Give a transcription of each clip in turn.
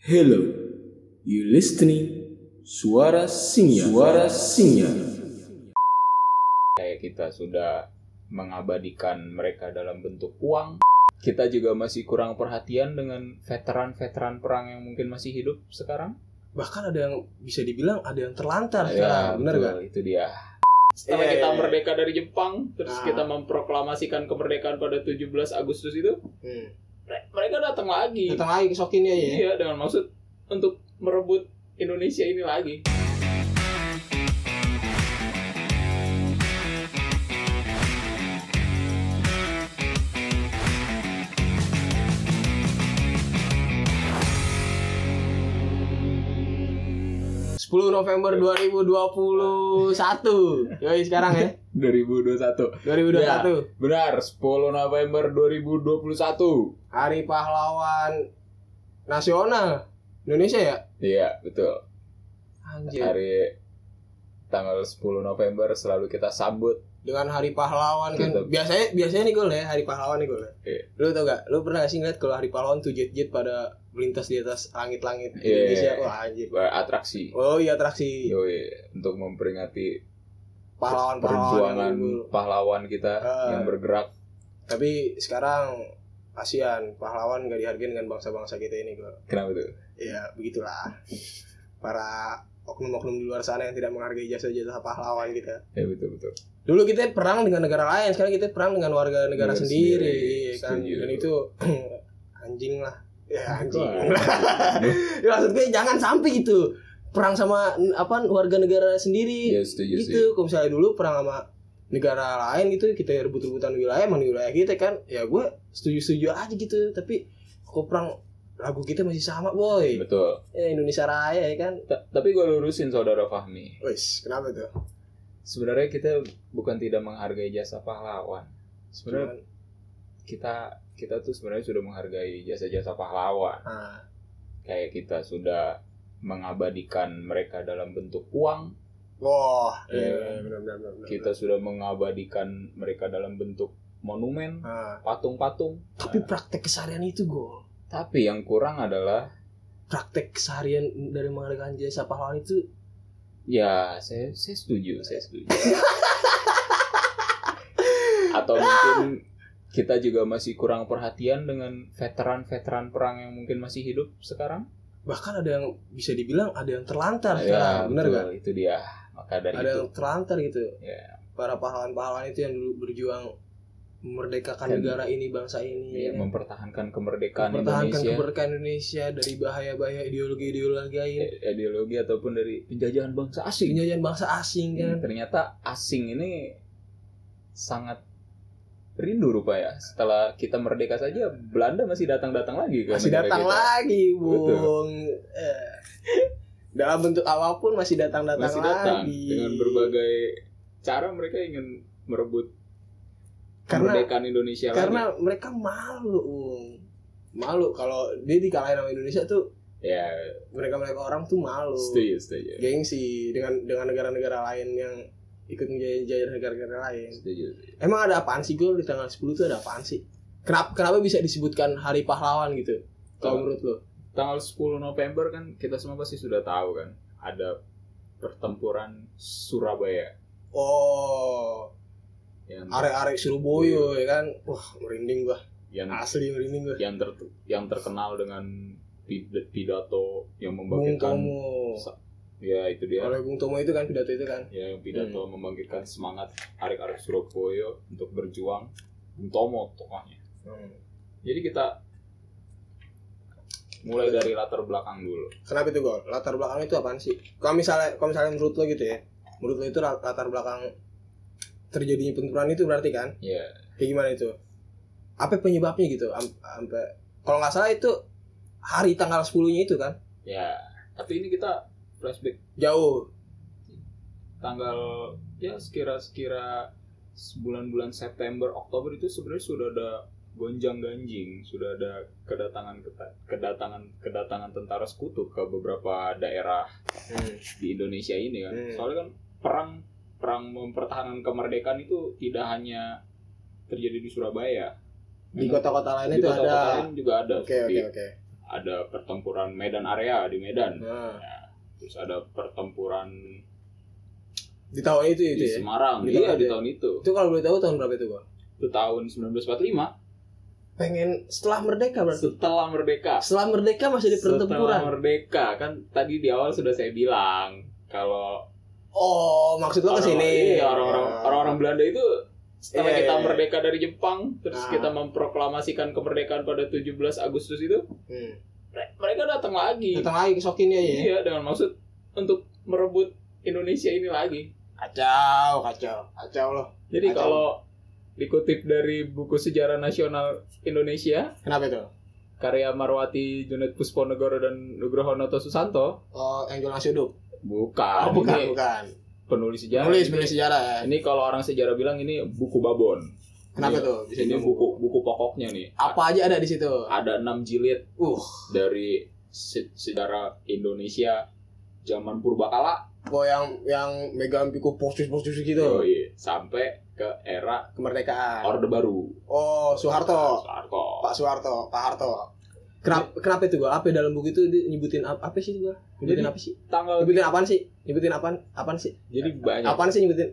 Hello, you listening Suara Sinyal. Suara Sinyal. Kayak kita sudah mengabadikan mereka dalam bentuk uang. Kita juga masih kurang perhatian dengan veteran-veteran perang yang mungkin masih hidup sekarang. Bahkan ada yang bisa dibilang ada yang terlantar. Ya, benar gak? Itu dia. Setelah kita merdeka dari Jepang, terus kita memproklamasikan kemerdekaan pada 17 Agustus itu, mereka datang lagi. Datang lagi ke Sokin ya. Iya, dengan maksud untuk merebut Indonesia ini lagi. November 2021. Yoi sekarang ya. 2021. Ya, 2021. benar, 10 November 2021. Hari Pahlawan Nasional Indonesia ya? Iya, betul. Anjir. Hari tanggal 10 November selalu kita sambut Dengan Hari Pahlawan kan. Gitu. Biasanya nih gue ya, Hari Pahlawan nih gue. Iya. Lu tau gak? Lu pernah gak sih ngeliat kalau Hari Pahlawan tuh jet-jet pada melintas di atas langit-langit Indonesia? Iya. Wah anjir. atraksi. Oh iya, atraksi. Yoi, untuk memperingati Pahlawan-pahlawan perjuangan dulu. pahlawan kita yang bergerak. Tapi sekarang kasihan pahlawan gak dihargain dengan bangsa-bangsa kita ini gue. Kenapa tuh? Ya begitulah. Para oknum-oknum di luar sana yang tidak menghargai jasa-jasa pahlawan kita. Ya betul. Dulu kita perang dengan negara lain, sekarang kita perang dengan warga negara sendiri kan. Setuju. Dan itu anjing lah. Ya anjing. Ya, maksud gue jangan sampai gitu. Perang sama warga negara sendiri. Ya, setuju gitu. Kalau misalnya dulu perang sama negara lain gitu, kita rebut-rebutan wilayah, mana wilayah kita kan. Ya gue setuju-setuju aja gitu. Tapi kok perang lagu kita masih sama boy. Betul. Indonesia Raya ya kan. Tapi gue lurusin saudara Fahmi. Wis, kenapa tuh? Sebenarnya kita bukan tidak menghargai jasa pahlawan. Sebenarnya kita tuh sebenarnya sudah menghargai jasa-jasa pahlawan. Kayak kita sudah mengabadikan mereka dalam bentuk uang. Wah, benar. Kita sudah mengabadikan mereka dalam bentuk monumen, patung-patung. Tapi praktek keseharian itu Tapi yang kurang adalah praktek keseharian dari menghargai jasa pahlawan itu. ya, saya setuju. Atau mungkin kita juga masih kurang perhatian dengan veteran-veteran perang yang mungkin masih hidup sekarang. Bahkan ada yang bisa dibilang ada yang terlantar Ya, benar gak? Itu dia. Maka dari ada itu. yang terlantar gitu. Ya. Para pahlawan-pahlawan itu yang dulu berjuang memerdekakan negara ini, bangsa ini. Ya, mempertahankan kemerdekaan kemerdekaan Indonesia dari bahaya-bahaya ideologi ataupun dari penjajahan bangsa asing. Kan. Ternyata asing ini sangat rindu rupanya. Setelah kita merdeka saja, Belanda masih datang lagi ke masih negara datang kita. lagi, Bung. Dalam bentuk apapun masih datang lagi. Dengan berbagai cara mereka ingin merebut kemerdekaan Indonesia karena lagi. Mereka malu kalau dia dikalahin sama Indonesia tuh. Ya, mereka orang tuh malu. Setuju. Gengsi dengan negara-negara lain yang ikut menjajah negara-negara lain. Setuju. Emang ada apaan sih gue di tanggal 10 tuh ada apaan sih? Kenapa bisa disebutkan Hari Pahlawan gitu? Kalau menurut lo? Tanggal 10 November kan kita semua pasti sudah tahu kan, ada pertempuran Surabaya. Oh. Arek-arek Surabaya ya kan. Wah, merinding gua. Asli merinding gua. Yang terkenal dengan pidato yang membangkitkan Bung Tomo. Ya, itu dia. Oleh Bung Tomo itu kan pidato itu kan. Ya, yang pidato membangkitkan semangat arek-arek Surabaya untuk berjuang. Bung Tomo tokohnya. Jadi kita mulai dari latar belakang dulu. Kenapa itu, Gol? Latar belakang itu apaan sih? Kalau misalnya menurut lo gitu ya. Menurut lo itu latar belakang terjadinya pertempuran itu berarti kan? Iya. Kayak gimana itu? Apa penyebabnya gitu? Sampai kalau nggak salah itu hari tanggal 10-nya itu kan? Ya, tapi ini kita flashback jauh. Tanggal ya sekira bulan-bulan September, Oktober itu sebenarnya sudah ada gonjang-ganjing, sudah ada kedatangan tentara sekutu ke beberapa daerah di Indonesia ini kan. Soalnya kan perang mempertahankan kemerdekaan itu tidak hanya terjadi di Surabaya. Di kota-kota lain itu ada. Di kota-kota lain juga ada. Oke. ada pertempuran Medan Area di Medan. Ya. Terus ada pertempuran di tahun itu di ya? Semarang. Iya, di tahun itu. Itu kalau boleh tahu tahun berapa itu, Bang? Itu tahun 1945. Pengen setelah merdeka berarti? Setelah merdeka. Setelah merdeka masih ada pertempuran? Setelah merdeka. Kan tadi di awal sudah saya bilang kalau maksud lo kesini. Iya, orang-orang Belanda itu setelah kita merdeka dari Jepang, terus kita memproklamasikan kemerdekaan pada 17 Agustus itu, mereka datang lagi. Datang lagi ke Sokinnya ya? Iya, dengan maksud untuk merebut Indonesia ini lagi. Kacau loh. Jadi kalau dikutip dari buku Sejarah Nasional Indonesia, kenapa itu? Karya Marwati Juned Pusponegoro dan Nugroho Noto Susanto. Yang jual nasi uduk? Bukan. Bukan. Penulis sejarah. Penulis sejarah ya. Ini kalau orang sejarah bilang ini buku babon. Kenapa tuh? Ini buku pokoknya nih. Apa aja ada di situ? Ada 6 jilid. Dari sejarah Indonesia zaman purbakala. Yang megang piku postus gitu. Sampai ke era kemerdekaan. Orde Baru. Soeharto. Pak Harto. Kenapa itu gua? Apa dalam buku itu nyebutin apa sih gua? Nyebutin apa sih? Nyebutin apaan sih? Nyebutin apaan sih? Jadi banyak. Apaan sih nyebutin?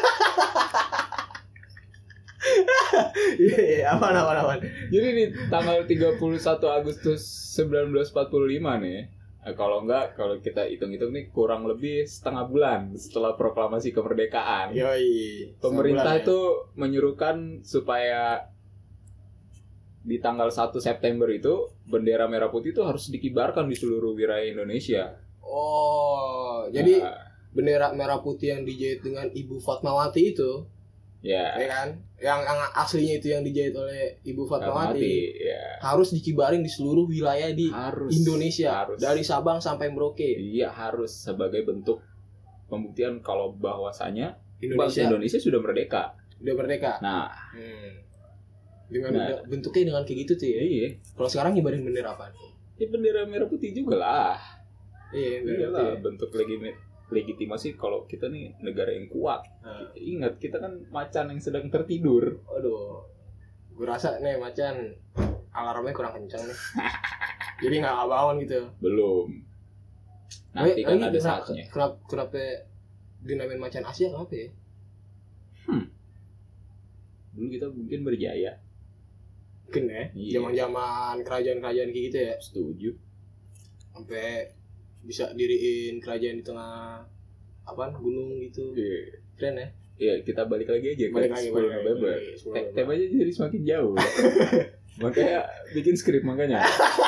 Iya, apaan. Jadi di tanggal 31 Agustus 1945 nih. Kalau kita hitung-hitung nih kurang lebih setengah bulan setelah proklamasi kemerdekaan. Pemerintah itu menyuruhkan supaya di tanggal 1 September itu bendera merah putih itu harus dikibarkan di seluruh wilayah Indonesia. Jadi bendera merah putih yang dijahit dengan Ibu Fatmawati itu, ya kan? Yang aslinya itu yang dijahit oleh Ibu Fatmawati, harus dikibarin di seluruh wilayah di Indonesia, dari Sabang sampai Merauke. Iya, harus sebagai bentuk pembuktian kalau bahwasanya Indonesia sudah merdeka. Nah, bentuknya dengan kayak gitu tuh ya. Iya. Kalau sekarang ngibarin bendera apa? Ya bendera merah putih juga lah. Iya lah, bentuk legitimasi kalau kita nih negara yang kuat. Ingat, kita kan macan yang sedang tertidur. Aduh, gue rasa nih macan alarmnya kurang kencang nih. Jadi nggak bangun gitu. Belum. Nanti kan ada saatnya. Kenapa dinamain macan Asia kenapa ya? Dulu kita mungkin berjaya. Mungkin ya, zaman-zaman kerajaan-kerajaan kayak gitu ya. Setuju. Sampai bisa diriin kerajaan di tengah gunung gitu. Keren ya. Iya, kita balik lagi aja ke 10 November. Temanya jadi semakin jauh. Makanya bikin skrip makanya.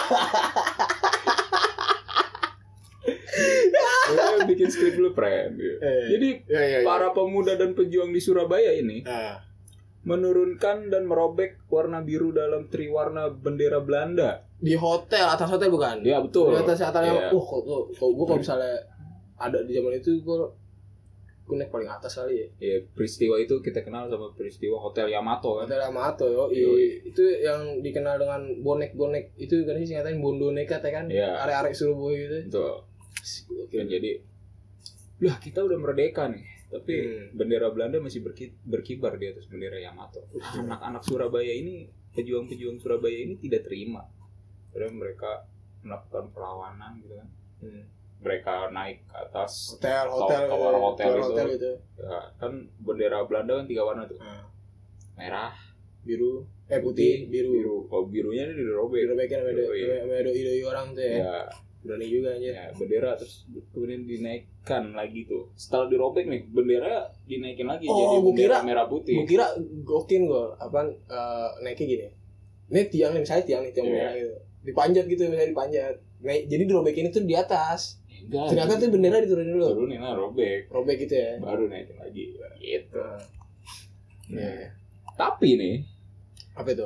Bikin skrip dulu, friend. Jadi para pemuda dan pejuang di Surabaya ini menurunkan dan merobek warna biru dalam triwarna bendera Belanda di hotel, atas hotel bukan? Iya, betul. Di atas hotelnya. Gue kalau misalnya ada di zaman itu gue naik paling atas kali ya. Iya, peristiwa itu kita kenal sama peristiwa Hotel Yamato kan. Hotel Yamato itu yang dikenal dengan bonek-bonek itu kan sih ngatain bondoneka teh kan. Arek-arek Surabaya gitu. Betul. Dan jadi lah kita udah merdeka nih. Tapi bendera Belanda masih berkibar di atas bendera Yamato. Anak-anak Surabaya ini, pejuang-pejuang Surabaya ini tidak terima. Padahal mereka melakukan perlawanan gitu kan. Mereka naik ke atas hotel itu. Ya, kan bendera Belanda kan 3 warna tuh. Merah, biru, putih, biru. Oh, birunya ini dirobek. Dirobekin sama doi orang tuh ya. Berani juga aja. Ya, bendera terus kemudian dinaikkan lagi tuh. Setelah dirobek nih, bendera dinaikin lagi jadi bendera merah putih. Gue kira gokin naiknya gini. Ini tiang merah gitu. Dipanjat gitu, misalnya dipanjat. Jadi dirobekin itu di atas. Enggak. Ternyata tuh bendera diturunin dulu. Turunin lah, robek gitu ya. Baru naikin lagi. Gitu. Tapi nih, apa itu?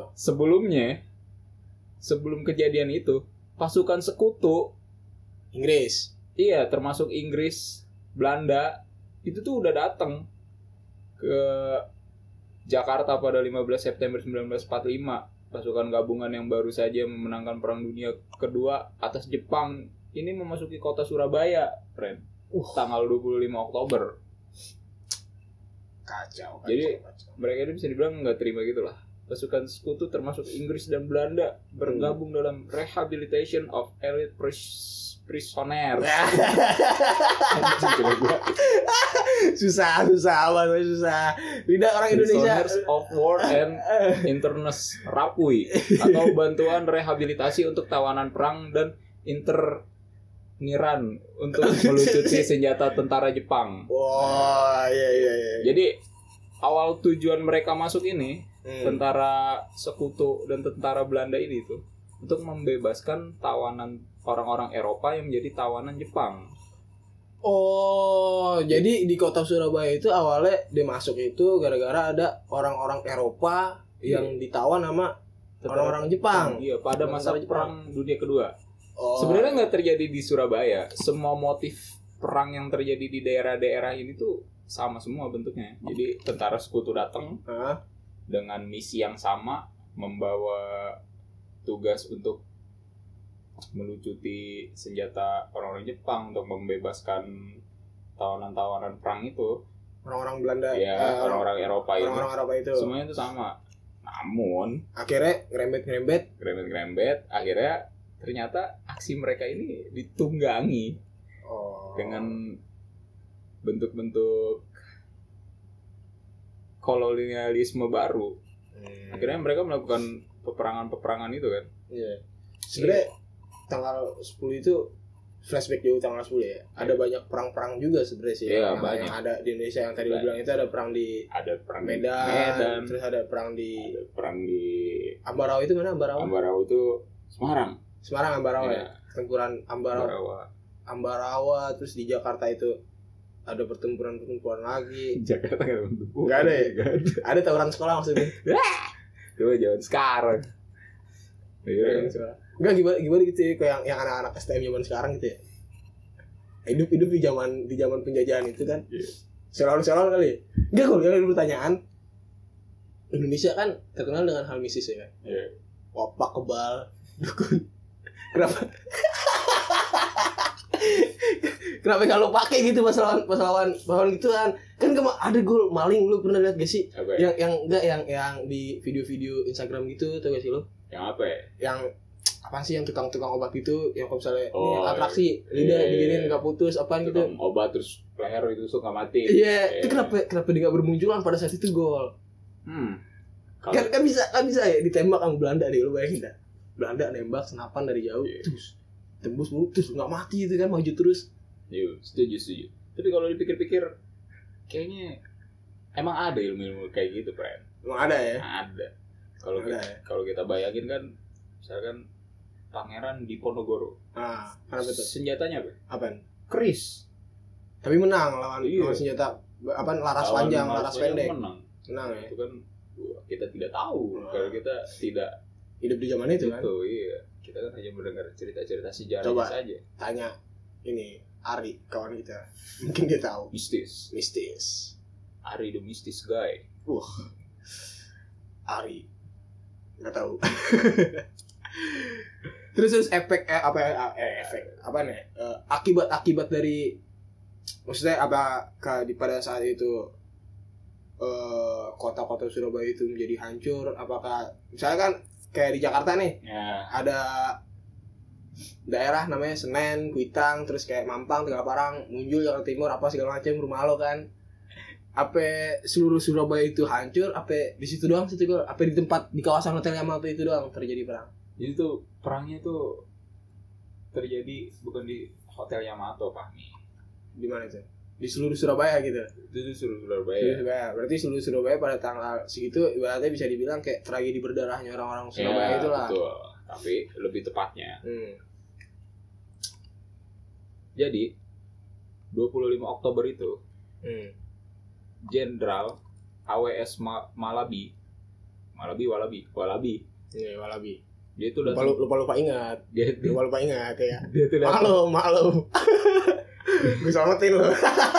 Sebelum kejadian itu, pasukan sekutu Inggris. Iya, termasuk Inggris, Belanda itu tuh udah datang ke Jakarta pada 15 September 1945. Pasukan gabungan yang baru saja memenangkan Perang Dunia Kedua atas Jepang ini memasuki kota Surabaya, friend. Tanggal 25 Oktober. Kacau. Jadi mereka itu bisa dibilang nggak terima gitu lah. pasukan sekutu termasuk Inggris dan Belanda bergabung dalam Rehabilitation of Elite Prisoners. susah. Tidak orang Indonesia. Prisoners of War and Internes Rapui atau bantuan rehabilitasi untuk tawanan perang dan interniran untuk melucuti senjata tentara Jepang. Wah, iya. Jadi awal tujuan mereka masuk ini tentara sekutu dan tentara Belanda ini tuh untuk membebaskan tawanan orang-orang Eropa yang menjadi tawanan Jepang. Oh, jadi di kota Surabaya itu awalnya dia masuk itu gara-gara ada orang-orang Eropa yang ditawan sama orang-orang Jepang. Iya, pada masa Perang Dunia Kedua. Sebenarnya nggak terjadi di Surabaya. Semua motif perang yang terjadi di daerah-daerah ini tuh sama semua bentuknya. Jadi tentara sekutu datang dengan misi yang sama, membawa tugas untuk melucuti senjata orang-orang Jepang untuk membebaskan tawanan-tawanan perang itu. Orang-orang Belanda, orang-orang Eropa itu. Semuanya itu sama. Namun akhirnya ngerembet. Akhirnya ternyata aksi mereka ini ditunggangi dengan bentuk-bentuk kolonialisme baru. Akhirnya mereka melakukan peperangan itu kan. Iya. Sebenarnya tanggal 10 itu flashback jauh tanggal 10 ya. Ada banyak perang-perang juga sebenarnya sih. Iya, yang ada di Indonesia yang tadi lu bilang itu ada perang di Medan, terus ada perang di Ambarawa itu mana Ambarawa? Ambarawa itu Semarang Ambarawa ya. Pertempuran Ambarawa, terus di Jakarta itu ada pertempuran lagi. Jakarta enggak ada ya? Ada tawuran sekolah maksudnya. Coba jangan sekarang. Iya. Enggak gimana gitu ya, kayak yang anak-anak STM zaman sekarang gitu ya. Hidup di zaman penjajahan itu kan. Selon kali ya. Enggak kok, ada pertanyaan. Indonesia kan terkenal dengan hal mistis ya kan. Iya. Wapak kebal, dukun. Kenapa kalau pakai gitu pas lawan gitu kan ada gol maling, lu pernah lihat gak sih? Apa? Yang di video-video Instagram gitu, tau gak sih lu? Yang apa ya? Yang apa sih yang tukang obat gitu, yang kalau misalnya ini atraksi lidah diginiin nggak putus apaan gitu. Obat terus leher itu suka mati. Iya, itu kenapa dia nggak bermunculan pada saat itu gol? Kan bisa ya ditembak sama Belanda nih, lu bayangin dah. Belanda nembak senapan dari jauh, terus tembus terus nggak mati itu kan, maju terus. Iya, setuju. Tapi kalau dipikir-pikir, kayaknya emang ada ilmu kayak gitu, Pren. Emang ada ya? Ada. Kalau kita bayangin kan, misalkan Pangeran Diponegoro. Kenapa tuh? Senjatanya apa? Apaan? Keris. Tapi menang lawan senjata laras panjang, laras pendek. Menang ya. Itu kan kita tidak tahu kalau kita tidak hidup di zaman itu kan. Iya. Kita kan hanya mendengar cerita-cerita sejarah saja. Tanya ini Ari, kawan kita. Mungkin dia tahu. Mistis. Ari the mistis guy. Ari. Enggak tahu. Terus efek akibat dari, maksudnya apa pada saat itu kota-kota Surabaya itu menjadi hancur? Apakah misalnya kan kayak di Jakarta nih, ada daerah namanya Senen, Kuitang, terus kayak Mampang, Tegalparang, Munjul, Jakarta Timur, apa segala macam, rumah lo kan. Apa seluruh Surabaya itu hancur? Apa di situ doang situ? Apa di kawasan Hotel Yamato itu doang terjadi perang? Jadi tuh perangnya tuh terjadi bukan di Hotel Yamato, Pak. Di mana itu? Di seluruh Surabaya gitu. Itu seluruh Surabaya. Berarti seluruh Surabaya pada tanggal segitu ibaratnya bisa dibilang kayak tragedi berdarahnya orang-orang Surabaya itulah. Betul. Tapi lebih tepatnya. Jadi 25 Oktober itu Jenderal AWS Walabi. Iya, Walabi. Dia itu udah lupa ingat. Lupa ingat ya. Dia tuh maklum. Gue selamatin lo.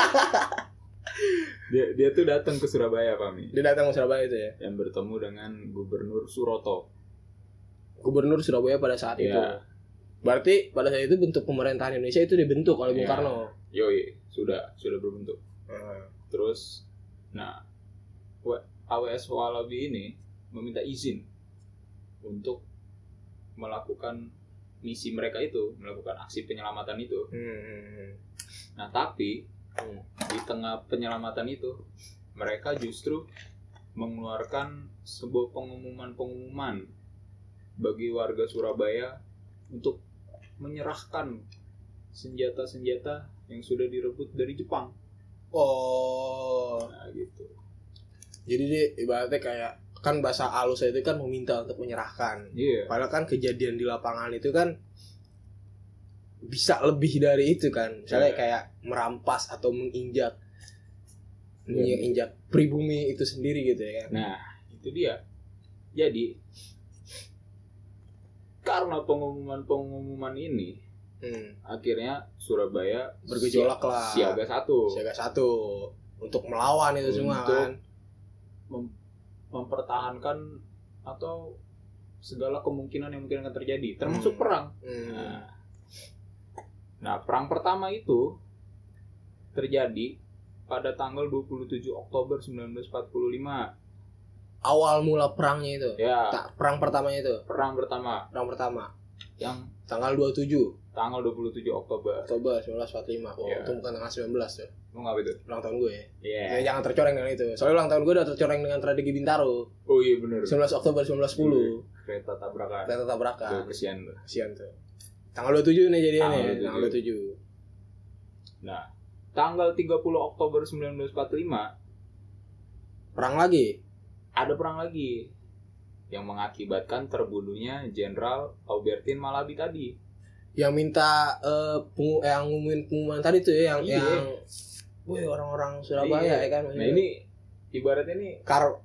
Dia tuh datang ke Surabaya, Pak Mi. Dia datang ke Surabaya itu ya. Yang bertemu dengan Gubernur Suroto. Gubernur Surabaya pada saat itu. Berarti pada saat itu bentuk pemerintahan Indonesia itu dibentuk oleh Bung Karno. Yoi, sudah berbentuk. Terus AWS Walabi ini meminta izin untuk melakukan misi mereka itu, melakukan aksi penyelamatan itu. Nah tapi di tengah penyelamatan itu mereka justru mengeluarkan sebuah pengumuman bagi warga Surabaya untuk menyerahkan senjata-senjata yang sudah direbut dari Jepang. Nah gitu. Jadi dia ibaratnya kayak kan bahasa halus itu kan meminta untuk menyerahkan. Padahal kan kejadian di lapangan itu kan bisa lebih dari itu kan. Misalnya kayak merampas atau menginjak pribumi itu sendiri gitu ya kan. Nah, itu dia. Jadi karena pengumuman ini akhirnya Surabaya bergejolak lah. Siaga satu untuk melawan itu semua kan. Mempertahankan atau segala kemungkinan yang mungkin akan terjadi, termasuk perang. Nah, perang pertama itu terjadi pada tanggal 27 Oktober 1945. Awal mula perangnya itu. Ya. Perang pertamanya itu. Perang pertama. Yang tanggal 27 Oktober 1945. Oh, itu bukan tanggal 19 tuh. Mau ngapa itu? Ulang tahun gue ya. Jangan tercoreng dengan itu. Soalnya ulang tahun gue udah tercoreng dengan tragedi Bintaro. Oh iya benar. 19 Oktober 1910. Kereta tabrakan. Tuh, kesian tuh. Tanggal 27 nih jadinya nih. Tanggal 27. Nah, tanggal 30 Oktober 1945 perang lagi. Ada perang lagi yang mengakibatkan terbunuhnya Jenderal Aubertin Malabi tadi. Yang minta yang ngumumin pengumuman tadi tuh ya, yang orang-orang Surabaya ya kan. Nah ini ibaratnya nih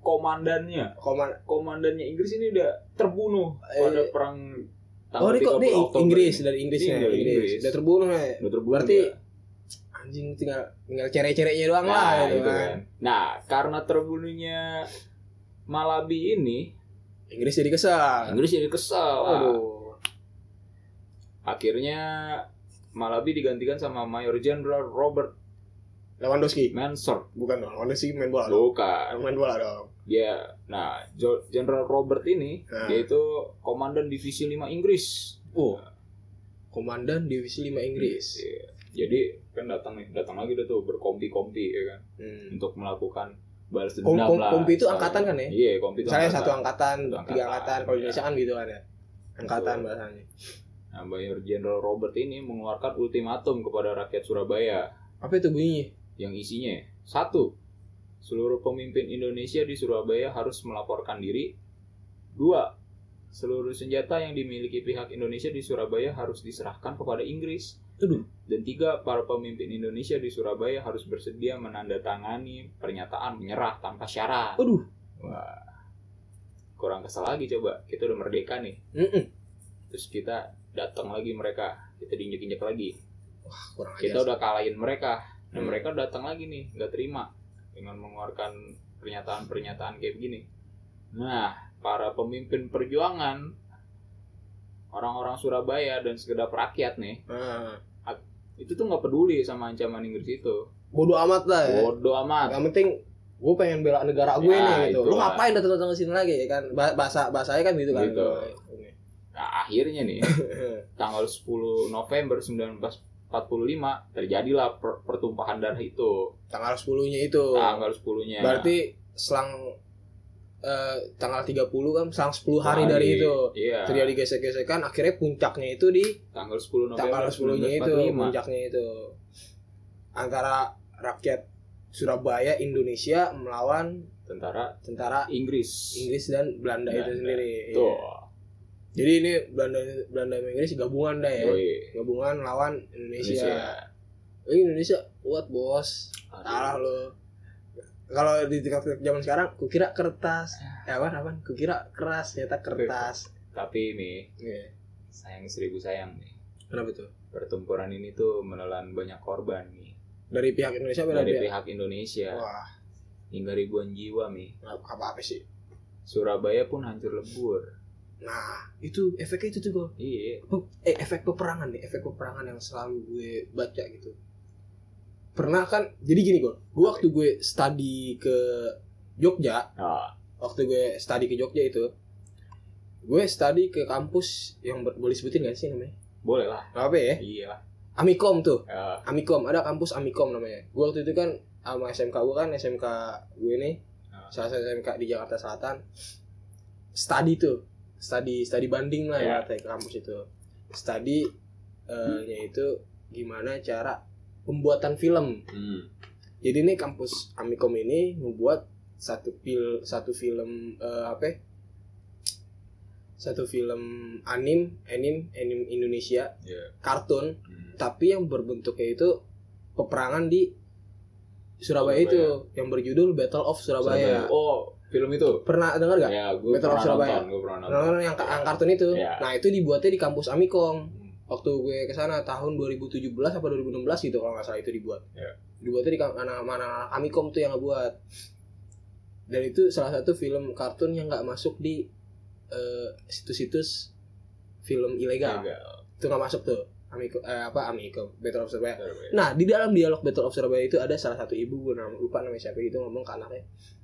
komandannya Inggris ini udah terbunuh pada perang tanggal 30 Oktober. Inggris udah terbunuh ya. Berarti anjing tinggal cere-cerenya doang lah gitu kan. Nah, karena terbunuhnya Malabi ini Inggris jadi kesal. Aduh. Akhirnya Malabi digantikan sama Mayor Jenderal Robert Lewandowski. Mansor. Bukan dong, Lewandowski main bola. Bukan. Main bola dong. Ya, nah, Jenderal Robert ini dia itu komandan divisi 5 Inggris. Komandan divisi 5 Inggris. Jadi kan datang lagi tuh berkompi-kompi ya kan. Untuk melakukan balas dendam lah. Kompi itu angkatan kan ya? Iya, kompi itu. Saya satu angkatan, 3 angkatan. Kalau Indonesia kan gitu kan ya. Angkatan bahasanya. Nah, Mayor Jenderal Robert ini mengeluarkan ultimatum kepada rakyat Surabaya. Apa itu bunyinya? Yang isinya 1. Seluruh pemimpin Indonesia di Surabaya harus melaporkan diri. 2. Seluruh senjata yang dimiliki pihak Indonesia di Surabaya harus diserahkan kepada Inggris. Dan 3. Para pemimpin Indonesia di Surabaya harus bersedia menandatangani pernyataan menyerah tanpa syarat. Wah, kurang kesel lagi coba. Kita udah merdeka nih. Terus kita datang lagi mereka, kita diinjek-injek lagi. Wah, kurang ajar. Kita udah kalahin mereka. Dan mereka datang lagi nih, nggak terima dengan mengeluarkan pernyataan-pernyataan kayak begini. Nah, para pemimpin perjuangan, orang-orang Surabaya dan sekedar rakyat nih, itu tuh nggak peduli sama ancaman Inggris itu. Bodoh amat lah ya. Bodoh amat. Yang penting gue pengen bela negara gue nih gitu. Lu ngapain datang ke sini lagi kan? Bahasanya kan gitu kan. Gitu. Nah, akhirnya nih tanggal 10 November 1945 terjadilah pertumpahan darah itu. Tanggal 10-nya itu. Tanggal 10-nya. Berarti selang tanggal 30 kan selang 10 hari dari itu. Iya. Terjadi gesek-gesekan, akhirnya puncaknya itu di tanggal 10 November. Tanggal 10-nya itu puncaknya itu. Antara rakyat Surabaya Indonesia melawan tentara Inggris dan Belanda itu sendiri. Tuh. Iya. Jadi ini Belanda sama Inggris gabungan dah ya. Gabungan lawan Indonesia. Indonesia kuat, Bos. Salah lo. Kalau di TikTok zaman sekarang kukira kertas. Apaan? Kukira keras, ternyata kertas. Tapi ini sayang 1000 sayang nih. Kenapa tuh? Pertempuran ini tuh menelan banyak korban nih. Dari pihak Indonesia Dari pihak Indonesia. Wah. Hingga ribuan jiwa nih. Apa sih? Surabaya pun hancur lebur. Nah, itu efeknya itu tuh, Gol. Iya. Efek peperangan yang selalu gue baca gitu. Pernah kan, jadi gini, Gol. Gue waktu gue study ke Jogja, waktu gue study ke Jogja itu, gue study ke kampus yang boleh sebutin gak sih namanya? Boleh lah. Apa ya? Iya lah. Amikom tuh. Amikom, ada kampus Amikom namanya. Gue waktu itu kan sama SMK gue kan, SMK gue nih, salah satu SMK di Jakarta Selatan. Study banding lah ya ke kampus itu. Study yaitu gimana cara pembuatan film. Jadi nih kampus Amikom ini membuat satu film anime Indonesia, kartun, tapi yang berbentuknya itu peperangan di Surabaya itu, yang berjudul Battle of Surabaya. Oh, film itu pernah dengar gak? Ya, gue Battle of Surabaya. Gue pernah nonton. Yang kartun itu. Ya. Nah, itu dibuatnya di kampus Amikom. Waktu gue kesana tahun 2017 apa 2016 gitu kalau nggak salah itu dibuat. Ya. Dibuatnya di mana Amikom tuh yang ngebuat. Dan itu salah satu film kartun yang nggak masuk di situs-situs film ilegal. Itu nggak masuk tuh. Amikom Battle of Surabaya. Nah, di dalam dialog Battle of Surabaya itu ada salah satu ibu, gue lupa namanya siapa gitu, ngomong ke anaknya,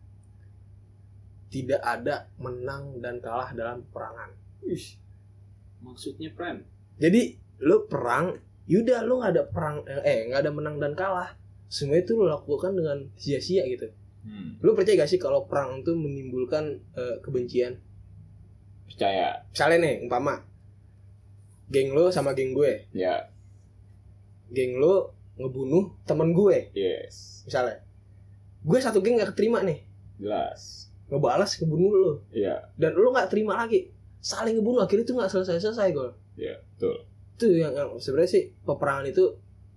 tidak ada menang dan kalah dalam peperangan. Maksudnya friend. Jadi lu perang, yaudah lu nggak ada perang, nggak ada menang dan kalah. Semua itu lu lakukan dengan sia-sia gitu. Lu percaya gak sih kalau perang itu menimbulkan kebencian? Percaya. Misalnya nih, umpama geng lo sama geng gue. Ya. Geng lo ngebunuh temen gue. Yes. Misalnya, gue satu geng gak keterima nih. Jelas. Ngebalas ngebunuh lo. Iya. Dan lo gak terima lagi. Saling ngebunuh, akhirnya itu gak selesai-selesai gue. Iya, betul. Itu yang sebenarnya sih peperangan itu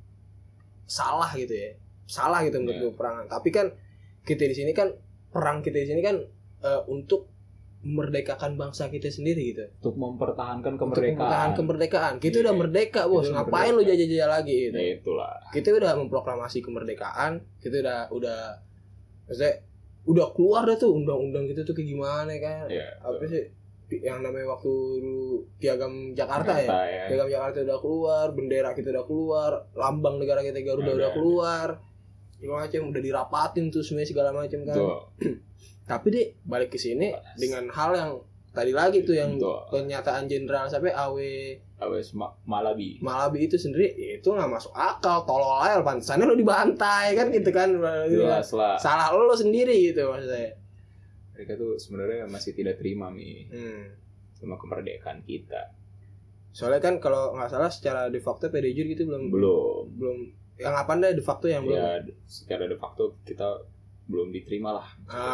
salah gitu ya. Salah gitu menurut peperangan. Tapi kan kita di sini kan perang kita di sini kan untuk memerdekakan bangsa kita sendiri gitu. Untuk mempertahankan kemerdekaan. Kita udah merdeka, Bos. Ngapain lu jajah-jajah lagi gitu. Ya itulah. Kita udah memproklamasi kemerdekaan. Kita udah maksudnya udah keluar dah tuh undang-undang gitu tuh kayak gimana kan. Ya, apa sih yang namanya waktu dulu Piagam Jakarta ya. Piagam Jakarta udah keluar, bendera kita udah keluar, lambang negara kita Garuda udah keluar. Segala macam udah dirapatin tuh semuanya segala macam kan. Tapi deh balik ke sini dengan hal yang tadi lagi tuh yang pernyataan Jenderal sampai Malabi itu sendiri itu nggak masuk akal, tolol aja, pantesannya lo dibantai kan gitu kan. Jelas lah. Salah lo sendiri gitu maksudnya. Mereka tuh sebenarnya masih tidak terima sama kemerdekaan kita. Soalnya kan kalau nggak salah secara de facto PDJ gitu belum. Yang apa anda de facto yang belum? Ya secara de facto kita belum diterima lah.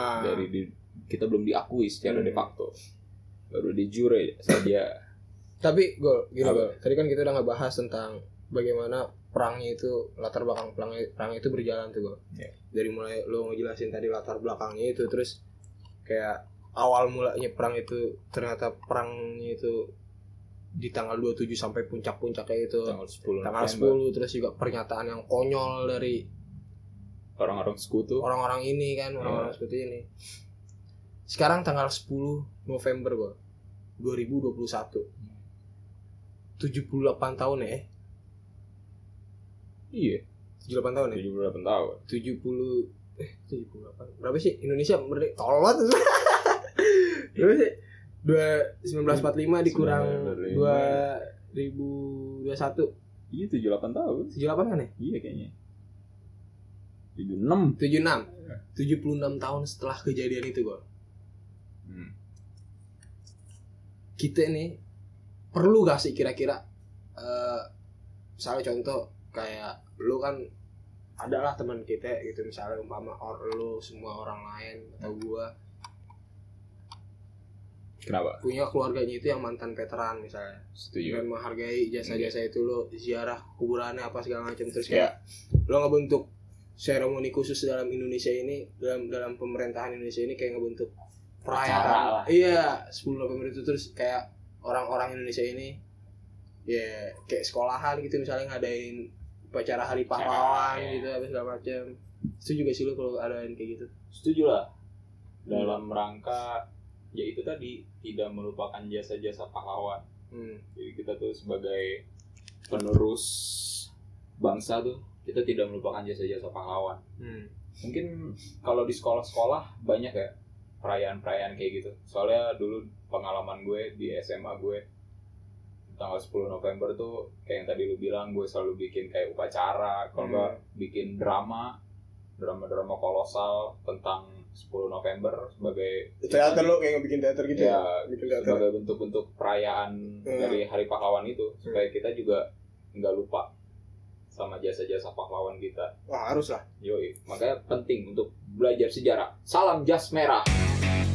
Kita belum diakui secara de facto. Baru de jure saja. Tapi Gol, tadi kan kita udah ngebahas tentang bagaimana perangnya itu, latar belakang perangnya itu berjalan tuh Gol. Dari mulai lo ngejelasin tadi latar belakangnya itu, terus kayak awal mulanya perang itu ternyata perangnya itu di tanggal 27 sampai puncak-puncaknya itu tanggal 10 terus juga pernyataan yang konyol dari orang-orang sekutu. Orang-orang ini kan, orang-orang sekutu ini. Sekarang tanggal 10 November gua 2021. 78 tahun ya. Iya. 78 tahun ya? 78 tahun. 78. Berapa sih Indonesia merdeka? Tolot. Berapa sih? 1945 dikurang 2021. Iya 78 tahun. 78 kan ya? Iya kayaknya. 76 tahun setelah kejadian itu Gol. Kita nih perlu gak sih kira-kira misalnya contoh kayak lu kan adalah teman kita gitu, misalnya umpama lu semua orang lain atau gua kenapa punya keluarganya itu yang mantan veteran misalnya. Setuju. Dan menghargai jasa-jasa itu, lu ziarah kuburannya apa segala macam, terus kayak lu ngebentuk seremoni khusus dalam Indonesia ini, dalam pemerintahan Indonesia ini kayak ngebentuk perayaan. Iya, 10 November itu, terus kayak orang-orang Indonesia ini ya kayak sekolahan gitu misalnya ngadain upacara hari pahlawan gitu apa segala macam. Setuju juga sih lu kalau adain kayak gitu? Setuju lah. Dalam rangka ya itu tadi, tidak melupakan jasa-jasa pahlawan. Jadi kita tuh sebagai penerus bangsa tuh kita tidak melupakan jasa-jasa pahlawan. Mungkin kalau di sekolah-sekolah banyak ya perayaan-perayaan kayak gitu. Soalnya dulu pengalaman gue di SMA gue tanggal 10 November tuh kayak yang tadi lu bilang, gue selalu bikin kayak upacara, kalau nggak bikin drama kolosal tentang 10 November sebagai teater. Lo kayak bikin teater gitu ya? Bikin teater. Sebagai bentuk-bentuk perayaan dari Hari Pahlawan itu, supaya kita juga nggak lupa sama jasa-jasa pahlawan kita. Wah, harus lah. Yoi, makanya penting untuk belajar sejarah. Salam jas merah.